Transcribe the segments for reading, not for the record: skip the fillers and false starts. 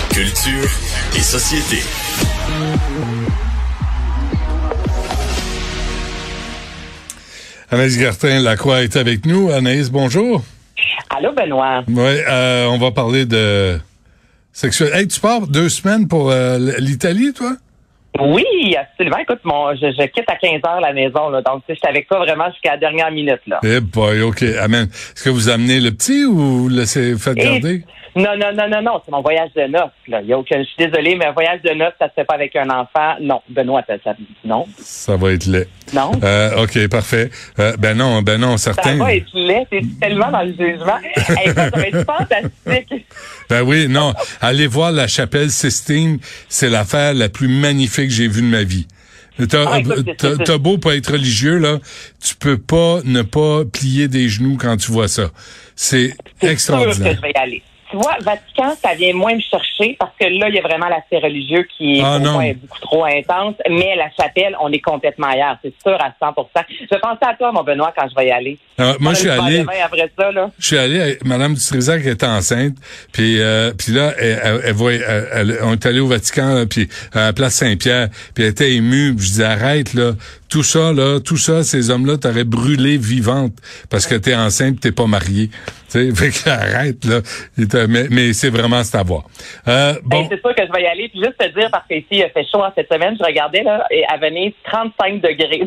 Culture et société. Anaïs Gertin-Lacroix est avec nous. Anaïs, bonjour. Allô, Benoît. Oui, on va parler de sexuel. Hey, tu pars 2 semaines pour l'Italie, toi? Oui, absolument. Écoute, je quitte à 15h la maison, là, donc je suis avec toi vraiment jusqu'à la dernière minute. Là. Eh boy, OK. Amen. Est-ce que vous amenez le petit ou vous le faites garder? Non, c'est mon voyage de noces. Là. Je suis désolée, mais un voyage de noces, ça se fait pas avec un enfant. Non, Benoît, non. Ça va être laid. Non. OK, parfait. Ben non, certain. Ça va être laid, c'est tellement dans le jugement. Hey, ça va être fantastique. Ben oui, non. Allez voir la chapelle Sistine, c'est l'affaire la plus magnifique que j'ai vue de ma vie. T'as beau pas être religieux, là, tu peux pas ne pas plier des genoux quand tu vois ça. C'est extraordinaire. Sûr que je vais y aller. Tu vois, Vatican, ça vient moins me chercher parce que là, il y a vraiment l'aspect religieux qui est, pour moi, est beaucoup trop intense. Mais la chapelle, on est complètement ailleurs, c'est sûr, à 100%. Je vais penser à toi, mon Benoît, quand je vais y aller. Moi, je suis allé. Après ça, là. Je suis allé. Madame Dutrisac était enceinte, puis là, on est allé au Vatican, là, puis à la place Saint-Pierre, puis elle était émue. Je dis arrête là. Tout ça, ces hommes-là t'auraient brûlé vivante parce que t'es enceinte, pis t'es pas mariée. Tu sais, fait que arrête là. Mais c'est vraiment à voir. Bon. C'est sûr que je vais y aller. Puis juste te dire parce qu'ici il a fait chaud en cette semaine, je regardais là et à Venise 35 degrés.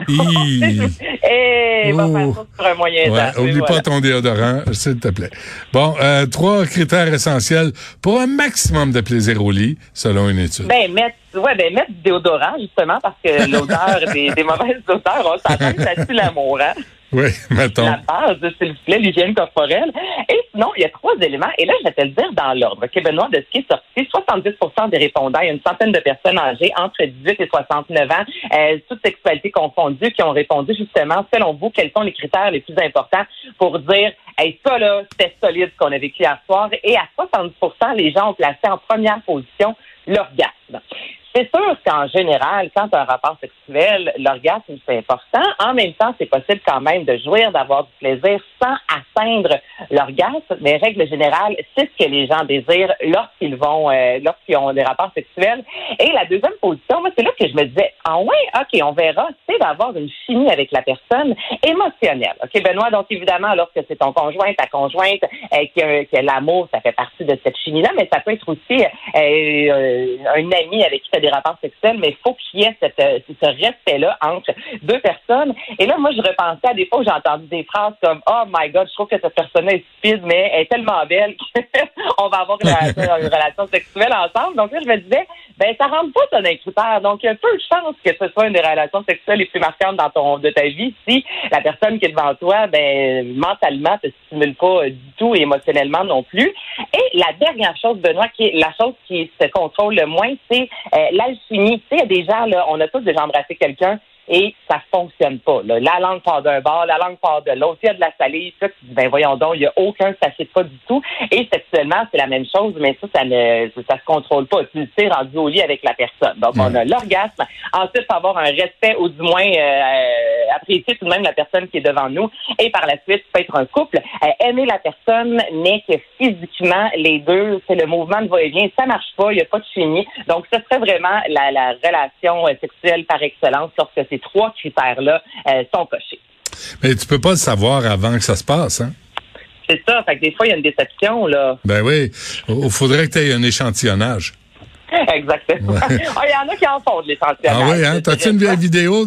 Il va faire ça sur un moyen temps. Oublie pas ton déodorant, s'il te plaît. Bon, 3 critères essentiels pour un maximum de plaisir au lit, selon une étude. Mettre du déodorant, justement, parce que l'odeur des mauvaises odeurs, on s'entend que ça tue l'amour, hein? Oui, mettons. La base, s'il vous plaît, l'hygiène corporelle. Et sinon, il y a 3 éléments. Et là, je vais te le dire dans l'ordre. OK, Benoît, de ce qui est sorti, 70% des répondants, il y a une centaine de personnes âgées entre 18 et 69 ans, toutes sexualités confondues, qui ont répondu justement, selon vous, quels sont les critères les plus importants pour dire, hey, ça, là, c'était solide ce qu'on a vécu hier soir. Et à 70%, les gens ont placé en première position l'orgasme. C'est sûr qu'en général, quand tu as un rapport sexuel, l'orgasme, c'est important. En même temps, c'est possible quand même de jouir, d'avoir du plaisir sans atteindre l'orgasme. Mais règle générale, c'est ce que les gens désirent lorsqu'ils ont des rapports sexuels. Et la deuxième position, moi, c'est là que je me disais, OK, on verra, c'est d'avoir une chimie avec la personne émotionnelle. OK, Benoît, donc évidemment, lorsque c'est ton conjoint, ta conjointe, que l'amour, ça fait partie de cette chimie-là, mais ça peut être aussi un ami avec qui tu as des rapports sexuels, mais il faut qu'il y ait ce respect-là entre 2 personnes. Et là, moi, je repensais à des fois où j'ai entendu des phrases comme « Oh my God, je trouve que cette personne-là est stupide, mais elle est tellement belle qu'on va avoir une relation sexuelle ensemble. » Donc là, je me disais, ça rentre pas ça dans les critères. Donc, il y a peu de chances que ce soit une des relations sexuelles les plus marquantes de ta vie si la personne qui est devant toi, mentalement, te stimule pas du tout et émotionnellement non plus. Et la dernière chose, Benoît, qui est la chose qui se contrôle le moins, c'est l'alchimie. Tu sais, il y a des gens, là, on a tous déjà embrassé quelqu'un et ça fonctionne pas. Là. La langue part d'un bord, la langue part de l'autre. Il y a de la salive. Ça, tu dis, voyons donc, il y a aucun, ça ne fit pas du tout. Et sexuellement, c'est la même chose, mais ça se contrôle pas. Tu le sais, rendu au lit avec la personne. Donc, on a l'orgasme. Ensuite, avoir un respect ou du moins apprécier tout de même la personne qui est devant nous. Et par la suite, peut être un couple. Aimer la personne, mais que physiquement, les deux, c'est le mouvement de va-et-vient. Ça marche pas, il n'y a pas de chimie. Donc, ce serait vraiment la relation sexuelle par excellence lorsque ces 3 critères-là sont cochés. Mais tu peux pas le savoir avant que ça se passe, hein? C'est ça. Fait que des fois, il y a une déception, là. Ben oui. Il faudrait que tu aies un échantillonnage. Exactement. Il y en a qui en font de l'échantillonnage. Ah oui, hein? T'as-tu une vieille vidéo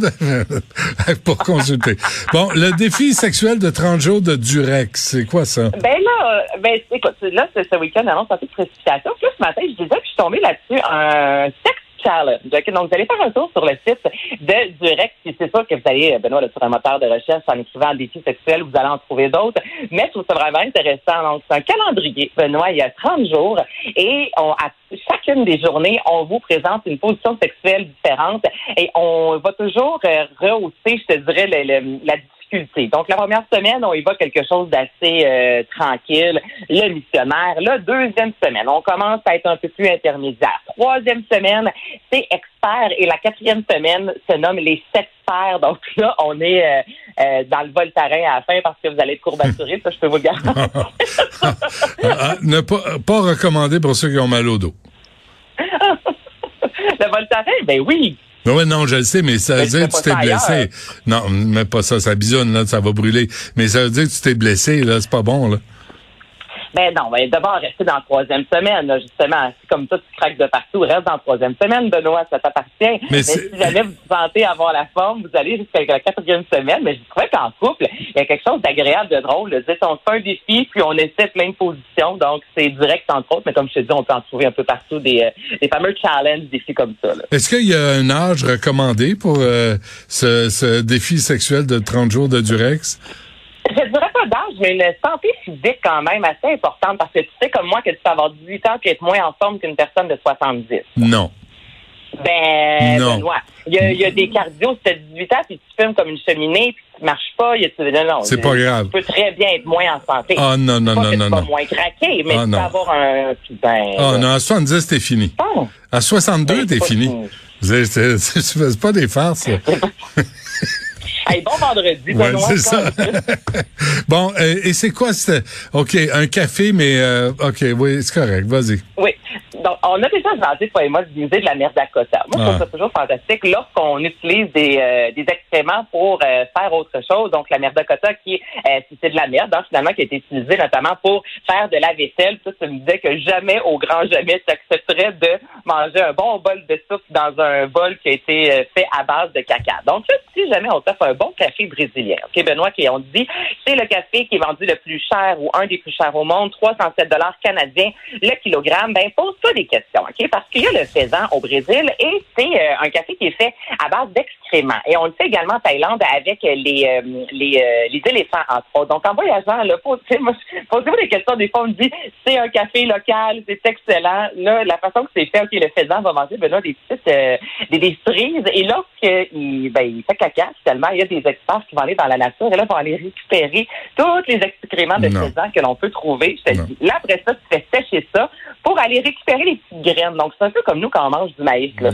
pour consulter? Bon, le défi sexuel de 30 jours de Durex, c'est quoi ça? Écoute, là, ce week-end annonce un peu de précipitation. Puis là, ce matin, je disais que je suis tombée là-dessus, un sexe challenge. Okay? Donc, vous allez faire un tour sur le site de Durex. Puis c'est sûr que vous allez, Benoît, sur un moteur de recherche en écrivant défi sexuel, vous allez en trouver d'autres. Mais je trouve ça vraiment intéressant. Donc, c'est un calendrier, Benoît, il y a 30 jours. Et à chacune des journées, on vous présente une position sexuelle différente. Et on va toujours rehausser, je te dirais, la difficulté. Donc, la première semaine, on y va quelque chose d'assez tranquille, le missionnaire. La deuxième semaine, on commence à être un peu plus intermédiaire. Troisième semaine, c'est expert. Et la 4e semaine se nomme les sexperts. Donc là, on est dans le Voltaren à la fin parce que vous allez être courbaturé. Ça, je peux vous le garantir. Ne pas recommander pour ceux qui ont mal au dos. Voltaren? Ben oui. Oui, non, je le sais, mais ça veut dire que tu t'es blessé. Non, mais pas ça, ça bisonne, là, ça va brûler. Mais ça veut dire que tu t'es blessé, là, c'est pas bon, là. Ben non, ben d'abord rester dans la troisième semaine, là, justement. C'est comme ça, tu craques de partout. Reste dans la troisième semaine, Benoît, ça t'appartient. Mais si jamais vous sentez avoir la forme, vous allez jusqu'à la quatrième semaine. Mais je trouvais qu'en couple, il y a quelque chose d'agréable, de drôle. On fait un défi, puis on essaie plein de positions. Donc, c'est direct entre autres. Mais comme je te dis, on peut en trouver un peu partout des fameux challenges, défis comme ça, là. Est-ce qu'il y a un âge recommandé pour ce défi sexuel de 30 jours de Durex? Je dirais pas d'âge, mais une santé physique quand même assez importante parce que tu sais comme moi que tu peux avoir 18 ans et être moins en forme qu'une personne de 70. Non. Ben, non. Benoît, il y a des cardio, si tu as 18 ans puis tu fumes comme une cheminée puis tu marches pas, non, c'est pas grave. Tu peux très bien être moins en santé. Ah non, non, non, non, pas moins craqué, mais tu peux avoir un... non, à 70, t'es fini. Oh. À 62, t'es fini. C'est pas des farces, là. Hey, bon vendredi, ouais, Benoît. C'est ça. Bon, et c'est quoi OK, un café, mais OK, oui, c'est correct, vas-y. Oui. Donc, on a déjà jasé, toi et moi, du musée de la mer Dakota. Moi, je trouve ça toujours fantastique lorsqu'on utilise des excréments pour faire autre chose. Donc, la mer Dakota, qui c'est de la merde, hein, finalement, qui a été utilisée notamment pour faire de la vaisselle. Ça me disait que jamais, au grand jamais, tu accepterais de manger un bon bol de soupe dans un bol qui a été fait à base de caca. Donc, là, si jamais on t'offre un bon café brésilien, OK, Benoît, on dit, c'est le café qui est vendu le plus cher ou un des plus chers au monde, 307 $ canadiens le kilogramme, ben, pose-toi des questions, OK? Parce qu'il y a le faisan au Brésil et c'est un café qui est fait à base d'excréments. Et on le fait également en Thaïlande avec les éléphants, entre autres. Donc, en voyageant, là, posez-vous des questions. Des fois, on me dit, c'est un café local, c'est excellent. Là, la façon que c'est fait, OK, le faisan va manger, Benoît, des petites des cerises. Et lorsqu'il fait caca, finalement, il y a des experts qui vont aller dans la nature et là, vont aller récupérer tous les excréments de faisan que l'on peut trouver. Je te dis, là, après ça, tu fais sécher ça pour aller récupérer les petites graines. Donc, c'est un peu comme nous quand on mange du maïs. Là.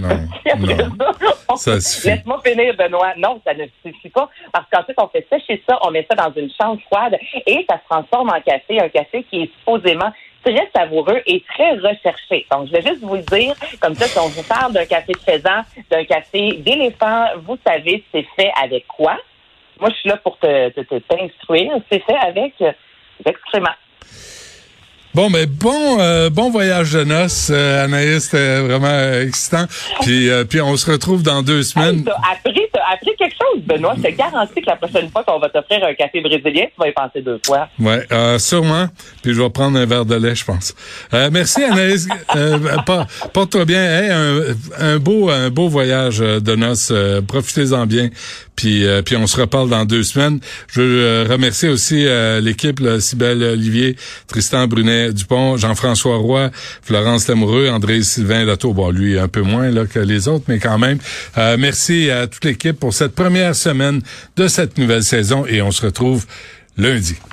Ça suffit. Laisse-moi finir, Benoît. Non, ça ne suffit pas parce qu'ensuite, on fait sécher ça, on met ça dans une chambre froide et ça se transforme en café, un café qui est supposément très savoureux et très recherché. Donc, je vais juste vous le dire, comme ça, si on vous parle d'un café de faisan, d'un café d'éléphant, vous savez c'est fait avec quoi? Moi, je suis là pour t'instruire. C'est fait avec des excréments. Bon, mais bon voyage de noces, Anaïs, c'était vraiment excitant. Puis on se retrouve dans 2 semaines. Hey, t'as appris quelque chose, Benoît. Je te garantis que la prochaine fois qu'on va t'offrir un café brésilien, tu vas y penser 2 fois. Ouais, sûrement. Puis je vais prendre un verre de lait, je pense. Merci, Anaïs. Porte-toi bien. Hey, un beau voyage de noces. Profitez-en bien. Puis on se reparle dans 2 semaines. Je veux remercier aussi l'équipe, là, Cybèle Olivier, Tristan Brunet-Dupont, Jean-François Roy, Florence Lamoureux, André-Sylvain Latour. Bon, lui, un peu moins là que les autres, mais quand même. Merci à toute l'équipe pour cette première semaine de cette nouvelle saison et on se retrouve lundi.